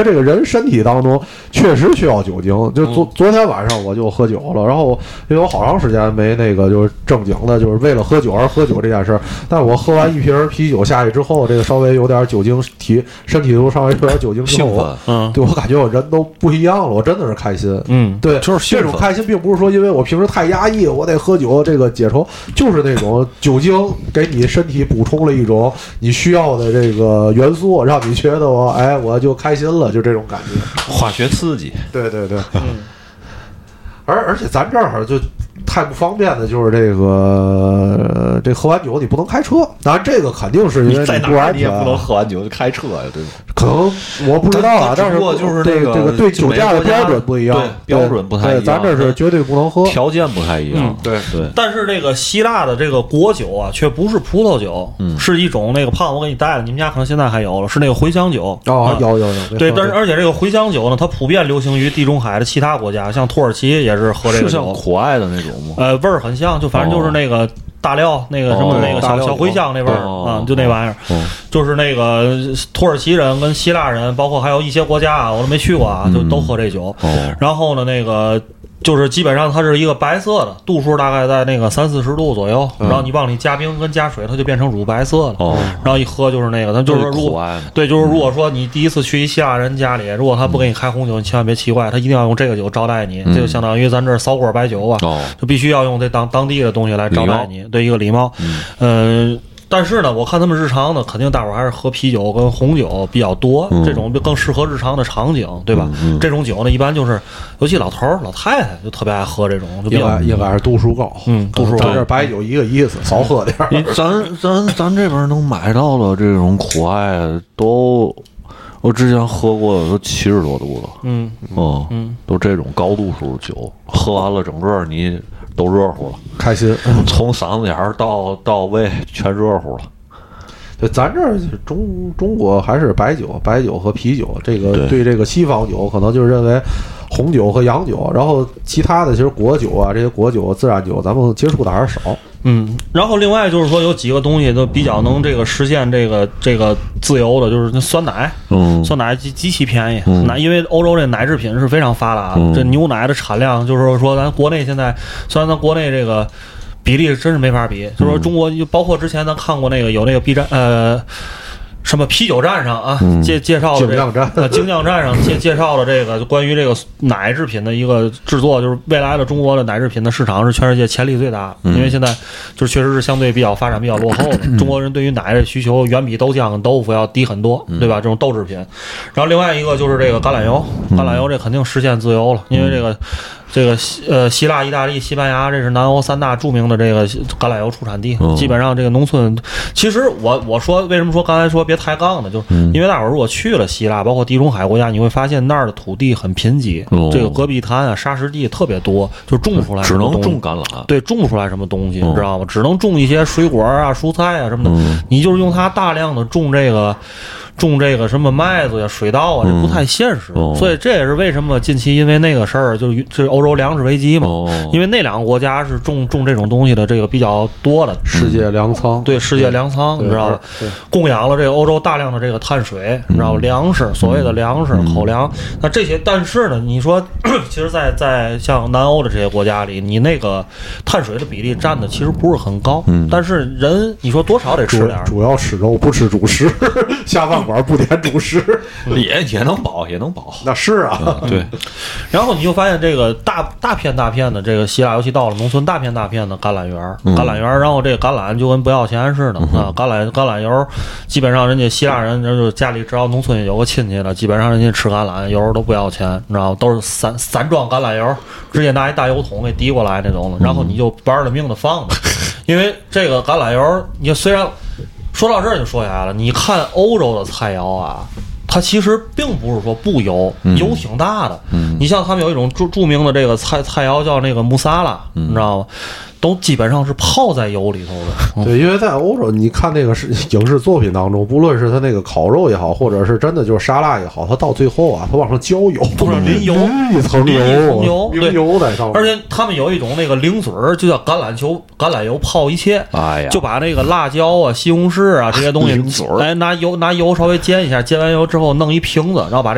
身体当中确实需要酒精。就昨、嗯、昨天晚上我就喝酒了，然后因为我好长时间没那个就是正经的，就是为了喝酒而喝酒这件事儿。但我喝完一瓶啤酒下去之后，这个稍微有点酒精体身体都稍微有点酒精之后，我嗯，对我感觉我人都不一样了，我真的是开心。 嗯， 对， 就是这种开心，并不是说因为我平时太压抑，我得喝酒这个解愁，就是那种酒精给你身体补充了一种你需要的这个元素，让你觉得我哎我就开心了，就这种感觉， 化学刺激。 对对对，嗯，而而且咱这儿就太不方便的就是这个、呃、这喝完酒你不能开车，当然这个肯定是因为在你不安全， 你也不能喝完酒就开车呀，对吧？ 可能我不知道啊，但是就是这个这个对酒驾的标准不一样， 对标准不太一样， 咱这是绝对不能喝， 条件不太一样。 嗯、 对对。但是这个希腊的这个果酒啊，却不是葡萄酒，嗯、是一种那个胖我给你带了，你们家可能现在还有了，是那个茴香酒。 哦，有有有。 对，但是而且这个茴香酒呢，它普遍流行于地中海的其他国家，像土耳其也是喝这个酒。 是像苦艾的那种吗？ 呃，味儿很像，就反正就是那个。大料那个什么那个小小茴香那味儿啊，就那玩意儿，就是那个土耳其人跟希腊人，包括还有一些国家啊，我都没去过啊，就都喝这酒。然后呢，那个就是基本上它是一个白色的，度数大概在那个三四十度左右，然后你往里加冰跟加水，它就变成乳白色了。然后一喝就是那个，它就是如果对，就是如果说你第一次去一希腊人家里，如果他不给你开红酒，你千万别奇怪，他一定要用这个酒招待你，这就相当于咱这儿骚锅白酒啊，就必须要用这当当地的东西来招待你，对一个礼貌。嗯。但是呢，我看他们日常呢，肯定大伙儿还是喝啤酒跟红酒比较多，嗯、这种更适合日常的场景，对吧？嗯嗯、这种酒呢，一般就是，尤其老头儿、老太太就特别爱喝这种，就比较应该是度数高， 嗯，度数高。 咱这白酒一个意思，少喝点儿。 咱咱咱这边能买到的这种苦艾都，我之前喝过的都七十多度了， 嗯嗯嗯，都这种高度数酒，喝完了整个你。都热乎了， 开心， 从嗓子眼儿到到胃全热乎了。 对，咱这儿中中国还是白酒、白酒和啤酒，这个对这个西方酒可能就是认为红酒和洋酒，然后其他的其实果酒啊，这些果酒、自然酒，咱们接触的还是少。 嗯，然后另外就是说有几个东西都比较能这个实现这个这个自由的，就是那酸奶，嗯，酸奶极极其便宜，嗯、奶因为欧洲这奶制品是非常发达的，嗯、这牛奶的产量就是说咱国内现在虽然咱国内这个比例真是没法比，就是说中国包括之前咱看过那个有那个 B 站呃。什么啤酒站上啊， 嗯、 介介绍的这个精呃精酿站上介介绍的这个关于这个奶制品的一个制作，就是未来的中国的奶制品的市场是全世界潜力最大的，嗯、因为现在就是确实是相对比较发展比较落后的，嗯、中国人对于奶的需求远比豆浆跟豆腐要低很多，嗯、对吧？这种豆制品，然后另外一个就是这个橄榄油，橄榄油这肯定实现自由了，因为这个。这个呃，希腊、意大利、西班牙，这是南欧三大著名的这个橄榄油出产地。基本上这个农村，其实我我说为什么说刚才说别抬杠呢？就是因为大伙儿如果去了希腊，包括地中海国家，你会发现那儿的土地很贫瘠，这个戈壁滩啊、沙石地特别多，就种不出来什么东西。 只能种橄榄， 对，种不出来什么东西，你知道吗？只能种一些水果啊、蔬菜啊什么的。你就是用它大量的种这个。种这个什么麦子呀、水稻啊，这不太现实，嗯哦、所以这也是为什么近期因为那个事儿，就是这欧洲粮食危机嘛，哦、因为那两个国家是种种这种东西的这个比较多的， 世界粮仓， 对世界粮仓，你知道吧？供养了这个欧洲大量的这个碳水，你知道吧？粮食，所谓的粮食、口粮，那这些，但是呢，你说，其实在，在在像南欧的这些国家里，你那个碳水的比例占的其实不是很高，嗯、但是人，你说多少得吃点， 主要吃肉不吃主食，下饭。馆不点主食也也能饱，也能饱。 那是啊， 嗯、对。 然后你就发现这个大大片大片的这个希腊，尤其到了农村，大片大片的橄榄园，嗯、橄榄园，然后这个橄榄就跟不要钱似的、嗯、啊。橄榄橄榄油，基本上人家希腊人就是家里只要农村有个亲戚的，基本上人家吃橄榄油都不要钱，你知道吗？都是散散装橄榄油，直接拿一大油桶给递过来那种的，然后你就玩了命的放着，因为这个橄榄油，你虽然。说到这儿就说起来了，你看欧洲的菜肴啊，它其实并不是说不油，油挺大的。嗯，你像他们有一种著著名的这个菜菜肴叫那个穆萨拉，嗯、你知道吗？都基本上是泡在油里头的。 对，因为在欧洲，你看那个是影视作品当中，不论是他那个烤肉也好，或者是真的就是沙拉也好，它到最后啊，它往上浇油， 不是淋油， 一层油，一层油， 淋油在上面。 而且他们有一种那个零嘴儿，就叫橄榄球橄榄油泡一切。 哎呀， 就把那个辣椒啊、西红柿啊这些东西，哎，拿油拿油稍微煎一下，煎完油之后弄一瓶子，然后把这个。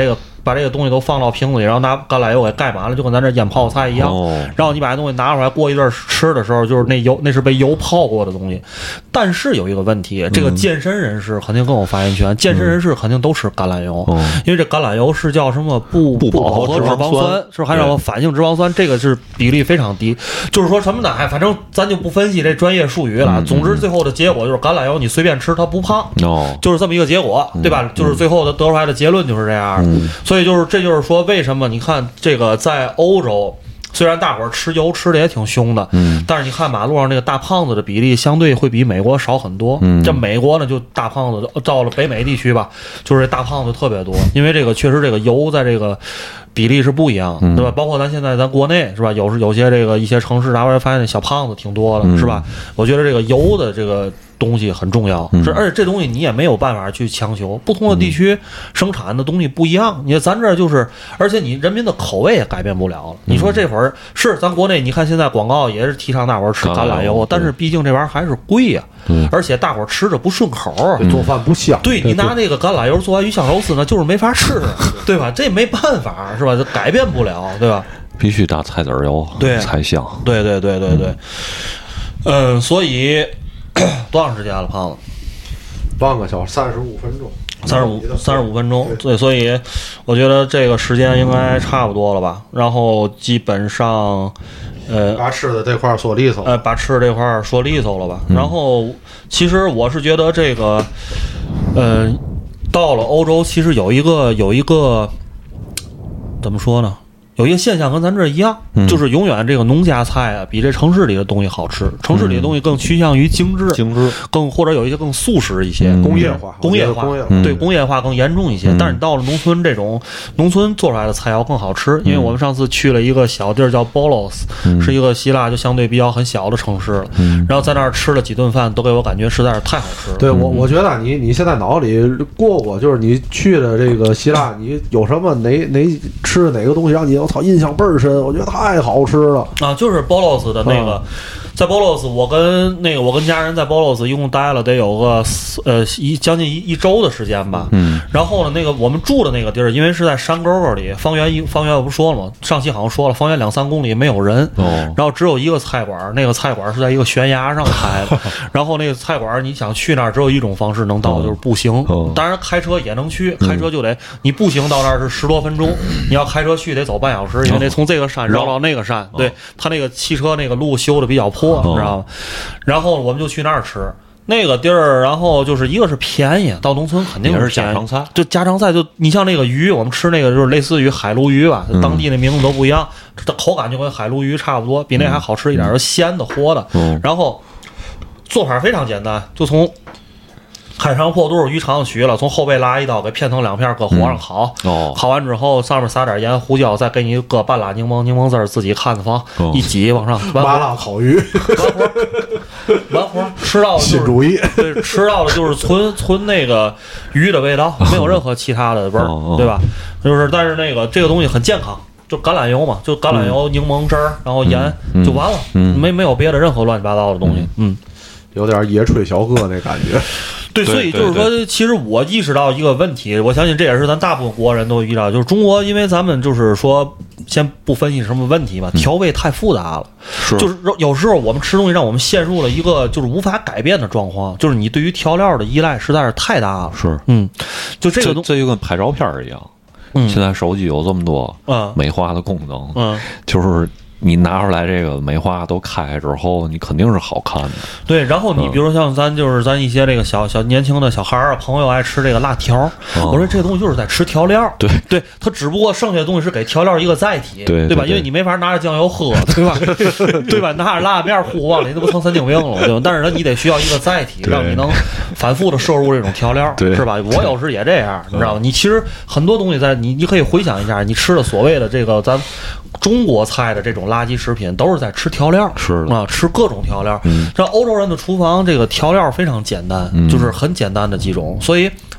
把这个东西都放到瓶子里，然后拿橄榄油给盖满了，就跟咱这腌泡菜一样。哦、然后你把这东西拿出来，过一阵吃的时候，就是那油那是被油泡过的东西。但是有一个问题，这个健身人士肯定更有发言权，嗯、健身人士肯定都吃橄榄油，嗯、因为这橄榄油是叫什么不不饱和脂肪酸，是还叫反性脂肪酸，这个是比例非常低。就是说什么呢？哎，反正咱就不分析这专业术语了。嗯、总之，最后的结果就是橄榄油你随便吃它不胖，哦、就是这么一个结果，对吧？嗯、就是最后的得出来的结论就是这样的。嗯、所以就是这就是说，为什么你看这个在欧洲。虽然大伙儿吃油吃的也挺凶的，嗯，但是你看马路上那个大胖子的比例相对会比美国少很多。嗯，这美国呢就大胖子到了北美地区吧，就是这大胖子特别多，因为这个确实这个油在这个比例是不一样，对吧？包括咱现在咱国内是吧，有时有些这个一些城市拿回来发现小胖子挺多的，是吧？我觉得这个油的这个东西很重要，是而且这东西你也没有办法去强求，不同的地区生产的东西不一样。你看咱这儿就是，而且你人民的口味也改变不了了。你说这会儿是咱国内，你看现在广告也是提倡大伙儿吃橄榄油，但是毕竟这玩意儿还是贵呀，而且大伙儿吃着不顺口， 做饭不香。 对你拿那个橄榄油做完鱼香肉丝呢，就是没法吃，对吧？这没办法是吧？这改变不了，对吧？ 必须打菜籽油，对才香。 对对对对对，嗯，所以。多长时间了，胖子？ 半个小时，三十五分钟。 三十五，三十五分钟。对，所以我觉得这个时间应该差不多了吧。然后基本上，呃， 把吃的这块说利索。 呃，把吃的这块说利索了吧。嗯、然后，其实我是觉得这个，呃，到了欧洲，其实有一个有一个怎么说呢？有一个现象跟咱这一样，嗯、就是永远这个农家菜啊，比这城市里的东西好吃。城市里的东西更趋向于精致， 精致更或者有一些更速食一些， 嗯、工业化， 工业化， 嗯、 对工业化更严重一些。嗯、但是你到了农村，这种农村做出来的菜肴更好吃。因为我们上次去了一个小地儿叫 Bolos，嗯、是一个希腊就相对比较很小的城市了。嗯、然后在那儿吃了几顿饭，都给我感觉实在是太好吃了。 对我，我觉得你你现在脑里过过，就是你去的这个希腊，你有什么哪哪吃的哪个东西让你我操印象倍儿深？我觉得太好吃了啊！就是 Bolos 的那个，嗯、在 Bolos， 我跟那个我跟家人在 Bolos 一共待了得有个呃一将近一一周的时间吧。嗯。然后呢，那个我们住的那个地儿，因为是在山沟沟里，方圆一方圆我不说了吗？上期好像说了，方圆两三公里没有人。哦。然后只有一个菜馆，那个菜馆是在一个悬崖上开的。然后那个菜馆你想去那儿，只有一种方式能到，就是步行。哦。当然开车也能去，开车就得你步行到那儿是十多分钟，你要开车去得走半小时，因为得从这个山绕到那个山。对，他那个汽车那个路修的比较破，你知道吗？然后我们就去那儿吃。那个地儿，然后就是一个是便宜，到农村肯定是家常菜。 就家常菜，就你像那个鱼，我们吃那个就是类似于海鲈鱼吧，当地那名字都不一样，这口感就跟海鲈鱼差不多，比那还好吃一点，是鲜的活的。然后做法非常简单，就从海上破肚鱼肠取了，从后背拉一刀给片成两片，搁火上烤。嗯哦、烤完之后，上面撒点盐、胡椒，再给你搁半拉柠檬，柠檬汁自己看着放，哦、一挤往上。 麻辣烤鱼， 完活，完活，吃到的、就是、 新主意。 对，吃到的就是纯纯那个鱼的味道，没有任何其他的味儿，哦、对吧？就是，但是那个这个东西很健康。就橄榄油嘛，就橄榄油、嗯、柠檬汁儿，然后盐、嗯、就完了，嗯、没没有别的任何乱七八糟的东西，嗯， 有点野炊小哥那感觉。 对，所以就是说，其实我意识到一个问题，我相信这也是咱大部分国人都遇到，就是中国，因为咱们就是说，先不分析什么问题吧，调味太复杂了， 是就是有时候我们吃东西让我们陷入了一个就是无法改变的状况，就是你对于调料的依赖实在是太大了。 是， 嗯，就这个东这就跟拍照片一样。嗯，现在手机有这么多美化的功能，嗯，就是你拿出来这个美化都开之后，你肯定是好看的。 对，然后你比如像咱就是咱一些这个小小年轻的小孩啊朋友爱吃这个辣条，嗯、我说这个东西就是在吃调料， 对对，它只不过剩下的东西是给调料一个载体， 对对吧？因为你没法拿着酱油喝，对吧？对吧？拿着辣面糊往里，那不成神经病了，对吧？但是呢，你得需要一个载体，让你能反复的摄入这种调料，是吧？我有时也这样，你知道吗？你其实很多东西在你你可以回想一下，你吃的所谓的这个咱中国菜的这种垃圾食品，都是在吃调料， 是的啊，吃各种调料。像、嗯、欧洲人的厨房，这个调料非常简单，嗯、就是很简单的几种。所以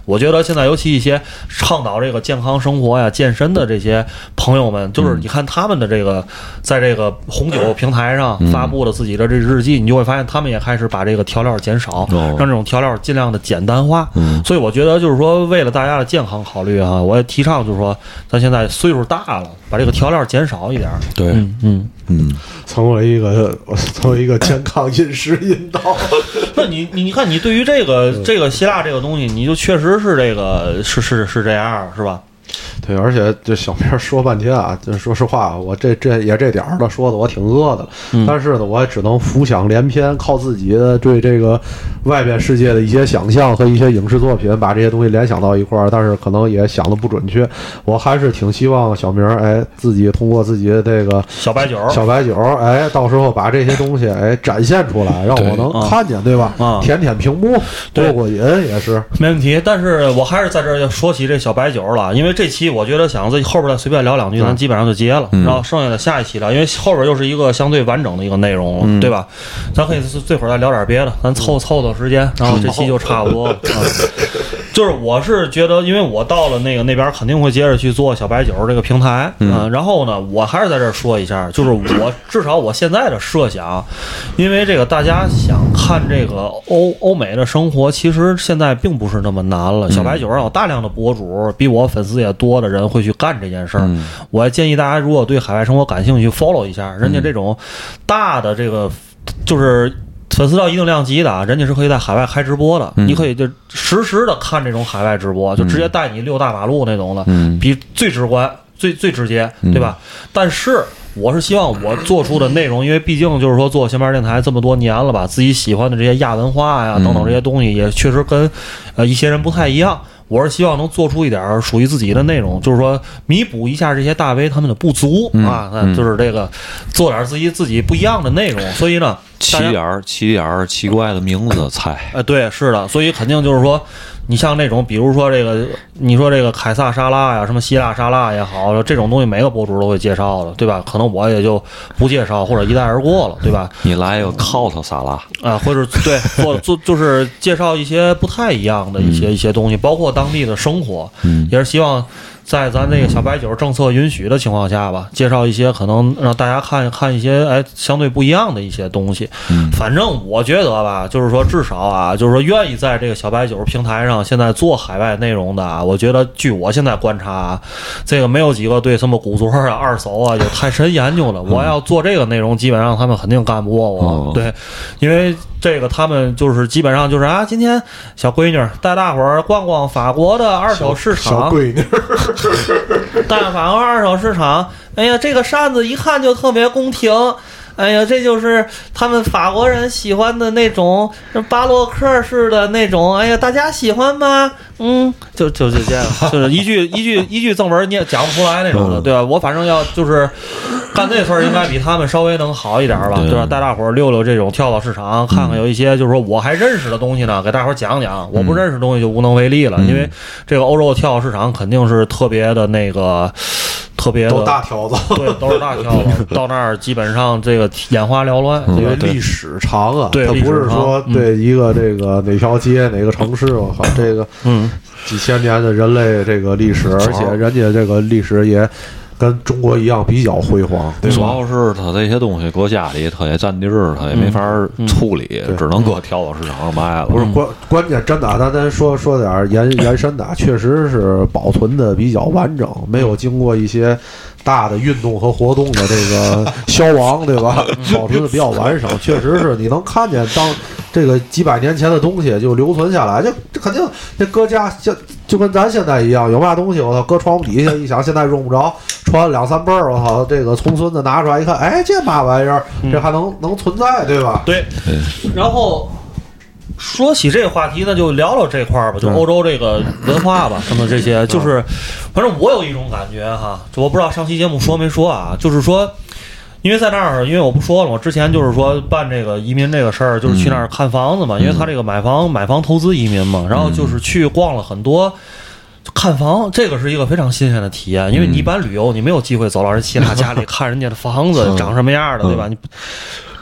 我觉得现在尤其一些倡导这个健康生活呀、健身的这些朋友们，就是你看他们的这个在这个红酒平台上发布了自己的这日记，你就会发现他们也开始把这个调料减少，让这种调料尽量的简单化。所以我觉得就是说，为了大家的健康考虑啊，我也提倡就是说，咱现在岁数大了，把这个调料减少一点。 对， 嗯嗯嗯， 成为一个成为一个健康饮食引导。 那你你你看，你对于这个这个希腊这个东西，你就确实是这个是是是这样，是吧？ 对，而且这小明说半天啊，就说实话，我这这也这点儿了，说的我挺饿的， 嗯、 但是呢，我也只能浮想联翩，靠自己的对这个外边世界的一些想象和一些影视作品，把这些东西联想到一块儿，但是可能也想的不准确。我还是挺希望小明哎自己通过自己的这个小白酒， 小白酒，哎，到时候把这些东西哎展现出来，让我能看见，对, 对吧？ 啊， 舔舔屏幕，过过瘾也是没问题。但是我还是在这儿要说起这小白酒了，因为这期我觉得想在后边再随便聊两句，咱基本上就结了， 嗯、 然后剩下的下一期聊，因为后边又是一个相对完整的一个内容了，嗯、对吧？咱可以这会儿再聊点别的，咱凑凑凑时间，然后这期就差不多了。嗯、就是我是觉得，因为我到了那个那边肯定会接着去做小白酒这个平台，嗯、呃，然后呢，我还是在这儿说一下，就是我至少我现在的设想，因为这个大家想看这个欧欧美的生活，其实现在并不是那么难了。小白酒上有大量的博主，比我粉丝也多的人会去干这件事儿。嗯、我建议大家，如果对海外生活感兴趣 ，follow 一下人家这种大的这个，就是粉丝到一定量级的，人家是可以在海外开直播的。嗯、你可以就实时的看这种海外直播，就直接带你溜大马路那种的，嗯、比最直观、最最直接，对吧？嗯、但是我是希望我做出的内容，因为毕竟就是说做闲班电台这么多年了吧，自己喜欢的这些亚文化呀等等这些东西，也确实跟呃一些人不太一样。我是希望能做出一点属于自己的内容，就是说弥补一下这些大 V 他们的不足、嗯、啊，那就是这个做点自己自己不一样的内容。所以呢， 起点起点奇怪的名字菜， 哎、呃，对，是的，所以肯定就是说，你像那种，比如说这个，你说这个凯撒沙拉呀，什么希腊沙拉也好，这种东西每个博主都会介绍的，对吧？可能我也就不介绍或者一带而过了，对吧？ 你来一个靠特沙拉啊，或者对做做就是介绍一些不太一样的一些、嗯、一些东西，包括当地的生活，嗯，也是希望在咱这个小白酒政策允许的情况下吧，介绍一些可能让大家看看一些哎相对不一样的一些东西。嗯，反正我觉得吧，就是说至少啊，就是说愿意在这个小白酒平台上现在做海外内容的啊，我觉得据我现在观察啊，这个没有几个对什么古着啊、二手啊有太深研究的。我要做这个内容，基本上他们肯定干不过我。哦、对，因为这个他们就是基本上就是啊，今天小闺女带大伙儿逛逛法国的二手市场。 小, 小闺女。 带法国二手市场，哎呀，这个扇子一看就特别宫廷，哎呀，这就是他们法国人喜欢的那种巴洛克式的那种，哎呀，大家喜欢吗？嗯，就就就这样，就是一句一句一句正文你也讲不出来那种的，对吧？我反正要就是干这事儿，应该比他们稍微能好一点吧，对吧？带大伙儿溜溜这种跳蚤市场，看看有一些就是说我还认识的东西呢，给大伙儿讲讲；我不认识的东西就无能为力了，因为这个欧洲的跳蚤市场肯定是特别的那个。特别的都大挑子， 对，都是大挑子。到那儿基本上这个眼花缭乱， 因为历史长啊， 对， 它不是说对一个这个哪条街哪个城市，我靠，这个嗯几千年的人类这个历史，而且人家这个历史也。跟中国一样比较辉煌，对吧？ 主要是他这些东西搁家里，他也占地儿，他也没法处理，嗯、只能搁跳蚤市场上卖了。 不是关关键，真的，咱咱说说点延延伸的，确实是保存的比较完整，没有经过一些大的运动和活动的这个消亡，对吧？保存的比较完整，确实是你能看见当这个几百年前的东西就留存下来，这这肯定这搁家就就跟咱现在一样，有嘛东西我操搁床铺底下一想，现在用不着。传两三辈儿，我操！这个从孙子拿出来一看，哎，这嘛玩意儿，这还能、嗯、能存在，对吧？ 对。然后说起这个话题呢，就聊聊这块儿吧，就欧洲这个文化吧，什么这些，就是反正我有一种感觉哈，就我不知道上期节目说没说啊，就是说。因为在那儿，因为我不说了，我之前就是说办这个移民这个事儿，就是去那儿看房子嘛，因为他这个买房买房投资移民嘛，然后就是去逛了很多。看房，这个是一个非常新鲜的体验，因为你一般旅游你没有机会走到人希腊家里看人家的房子长什么样的，对吧？你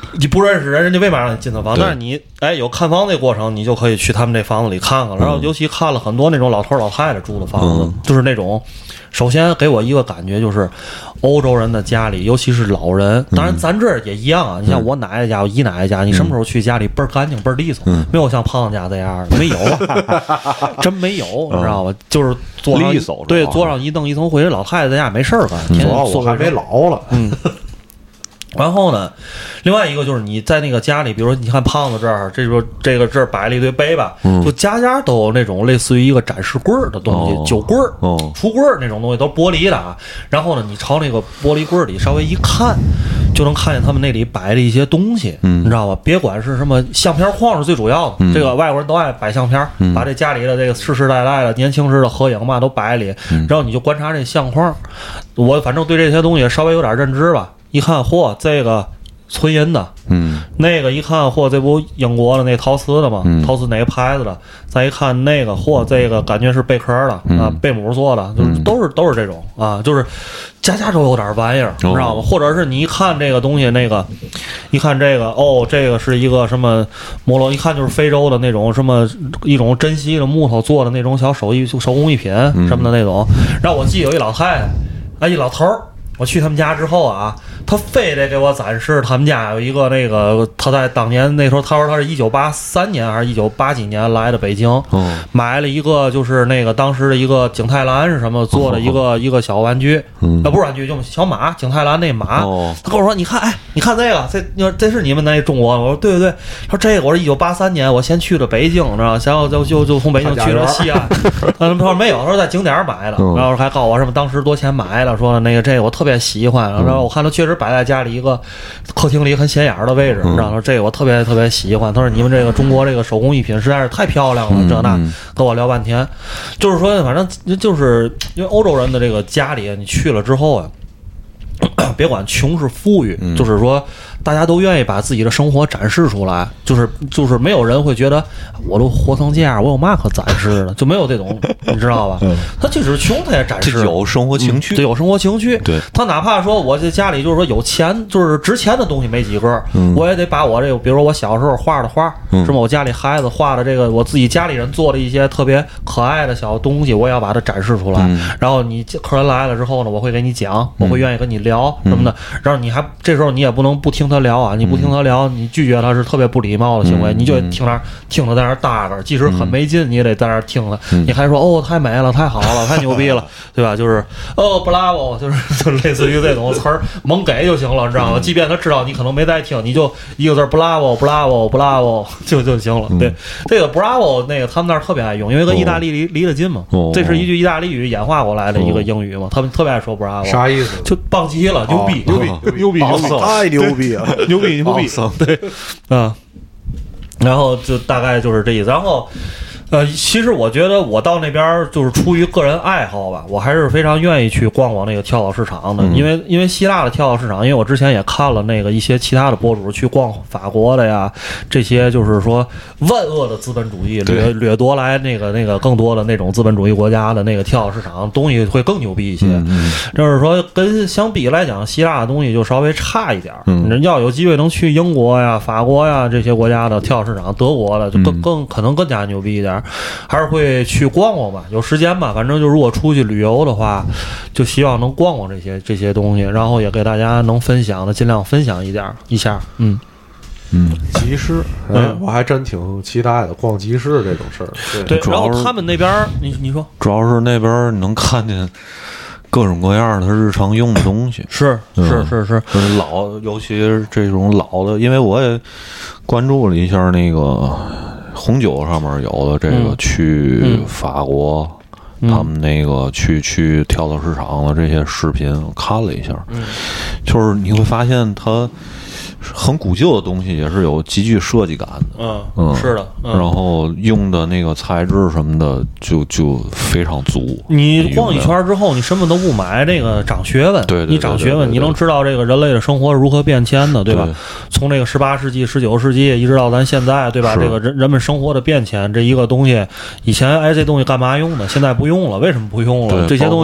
你不认识人，人家为嘛让你进他房？但是你哎有看房的过程，你就可以去他们这房子里看看。然后尤其看了很多那种老头老太太住的房子，嗯、就是那种，首先给我一个感觉就是，欧洲人的家里，尤其是老人，当然咱这儿也一样啊。你像我奶奶家、我姨奶奶家，你什么时候去家里倍儿干净、倍儿利索， 嗯、 没有像胖子家这样的，没有，真没有，你知道吧？就是坐上对坐上一蹬一层灰，老太太在家没事儿干，天天我还没老了， 嗯。然后呢，另外一个就是你在那个家里，比如说你看胖子这儿，这个这个这儿摆了一堆杯吧， 嗯、 就家家都有那种类似于一个展示柜儿的东西， 哦、 酒柜儿、 哦、 橱柜儿那种东西都是玻璃的啊。然后呢，你朝那个玻璃柜儿里稍微一看，就能看见他们那里摆了一些东西， 嗯、 你知道吧？别管是什么相片框是最主要的， 嗯、 这个外国人都爱摆相片， 嗯、 把这家里的这个世世代代的年轻时的合影嘛都摆里， 嗯、 然后你就观察这相框。我反正对这些东西稍微有点认知吧，一看嚯，这个。纯银的， 嗯， 那个一看，嚯，这不英国的那陶瓷的吗？ 嗯、 陶瓷哪个牌子的？再一看那个，嚯，这个感觉是贝壳的、 嗯、 啊，贝母做的，就是都是、嗯、都是这种啊，就是家家都有点玩意儿，你、哦、知道吗？或者是你一看这个东西，那个一看这个，哦，这个是一个什么摩洛，一看就是非洲的那种什么一种珍稀的木头做的那种小手艺手工艺品什么的那种。嗯、然后我记得有一老太太，啊，一老头儿。我去他们家之后啊，他非得给我展示他们家有一个那个，他在当年那时候，他说他是一九八三年还是一九八几年来的北京， 哦、 买了一个就是那个当时的一个景泰蓝是什么做的一个、哦、一个小玩具， 嗯、 啊不是玩具，就小马，景泰蓝那马。 哦、 他跟我说，你看，哎，你看这个，这你说这是你们那中国？我说对对对。他说这个我是一九八三年，我先去了北京，然后然后就就就从北京去了西安。他说没有，他说在景点买的， 嗯、 然后还告诉我什么当时多钱买的，说那个这个我特别。特别喜欢，然后我看他确实摆在家里一个客厅里很显眼的位置，然后这个我特别特别喜欢。他说你们这个中国这个手工艺品实在是太漂亮了，这那跟我聊半天，就是说反正就是因为欧洲人的这个家里，你去了之后啊，别管穷是富裕，就是说大家都愿意把自己的生活展示出来，就是就是没有人会觉得我都活成这样，我有嘛可展示的，就没有这种，你知道吧？他即使穷他也展示， 有生活情趣， 对，有生活情趣。 对， 他哪怕说我这家里就是说有钱，就是值钱的东西没几个， 嗯、 我也得把我这个，比如说我小时候画的画， 嗯、 是吧？我家里孩子画的这个，我自己家里人做的一些特别可爱的小东西，我也要把它展示出来。 嗯、 然后你客人来了之后呢，我会给你讲，我会愿意跟你聊、 嗯、 什么的。然后你还这时候你也不能不听他聊啊，你不听他聊，你拒绝他是特别不礼貌的行为， 嗯、 你就听那听他在那搭个，即使很没劲，你也得在那听他。 嗯、 你还说哦，太美了，太好了，太牛逼了，对吧？就是哦，布拉沃，就是就类似于这种词儿，猛给就行了，你知道吗？即便他知道你可能没在听，你就一个字布拉沃，布拉沃，布拉沃就就行了。对，这个布拉沃那个他们那儿特别爱用，因为跟意大利离离得近嘛。 哦、 这是一句意大利语演化过来的一个英语嘛，他们特别爱说布拉沃。 啥意思？ 就棒极了，牛逼， 牛逼，牛逼，牛逼，太牛逼了， 牛逼，牛逼，对，啊，然后就大概就是这意思，然后。呃，其实我觉得我到那边就是出于个人爱好吧，我还是非常愿意去逛逛那个跳蚤市场的， 嗯、 因为因为希腊的跳蚤市场，因为我之前也看了那个一些其他的博主去逛法国的呀，这些就是说万恶的资本主义掠掠夺来那个那个更多的那种资本主义国家的那个跳蚤市场东西会更牛逼一些， 嗯、 就是说跟相比来讲，希腊的东西就稍微差一点。 嗯， 人要有机会能去英国呀、法国呀这些国家的跳蚤市场，德国的就更更可能更加牛逼一点。还是会去逛逛吧，有时间吧，反正就如果出去旅游的话，就希望能逛逛这些这些东西，然后也给大家能分享的尽量分享一点一下，嗯嗯， 集市，哎，我还真挺期待的，逛集市这种事儿。 对，对然后他们那边，你你说， 主要是那边能看见各种各样的日常用的东西， 是是是是， 嗯、老，尤其是这种老的，因为我也关注了一下那个。红酒上面有的这个去法国， 嗯、 他们那个去去跳蚤市场的这些视频，我看了一下， 嗯、 就是你会发现它很古旧的东西也是有极具设计感的， 嗯嗯， 是的，嗯、 然后用的那个材质什么的就就非常足。 你逛一圈之后，你什么都不买，这个长学问， 对， 你长学问，你能知道这个人类的生活如何变迁的，对吧？ 对从这个十八世纪、十九世纪一直到咱现在，对吧？这个人人们生活的变迁，这一个东西，以前哎这东西干嘛用的，现在不用了，为什么不用了？这些东西。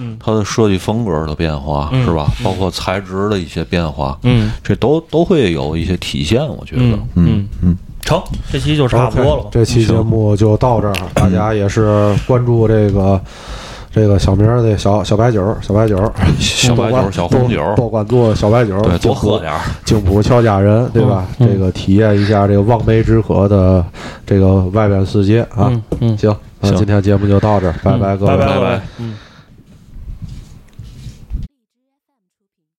嗯， 它的设计风格的变化、 嗯、 是吧？包括材质的一些变化， 嗯， 这都都会有一些体现，我觉得， 嗯嗯嗯。 成，这期就差不多了吧？ Okay, 这期节目就到这儿，大家也是关注这个这个小明的小小白酒，小白酒， 小白酒，小红酒， 多关注小白酒， 对，多喝点儿。 京普俏佳人，对吧？ 嗯、 这个体验一下这个望梅止渴的这个外边世界啊。 嗯嗯， 行，那今天节目就到这儿，拜拜各位， 拜拜，嗯。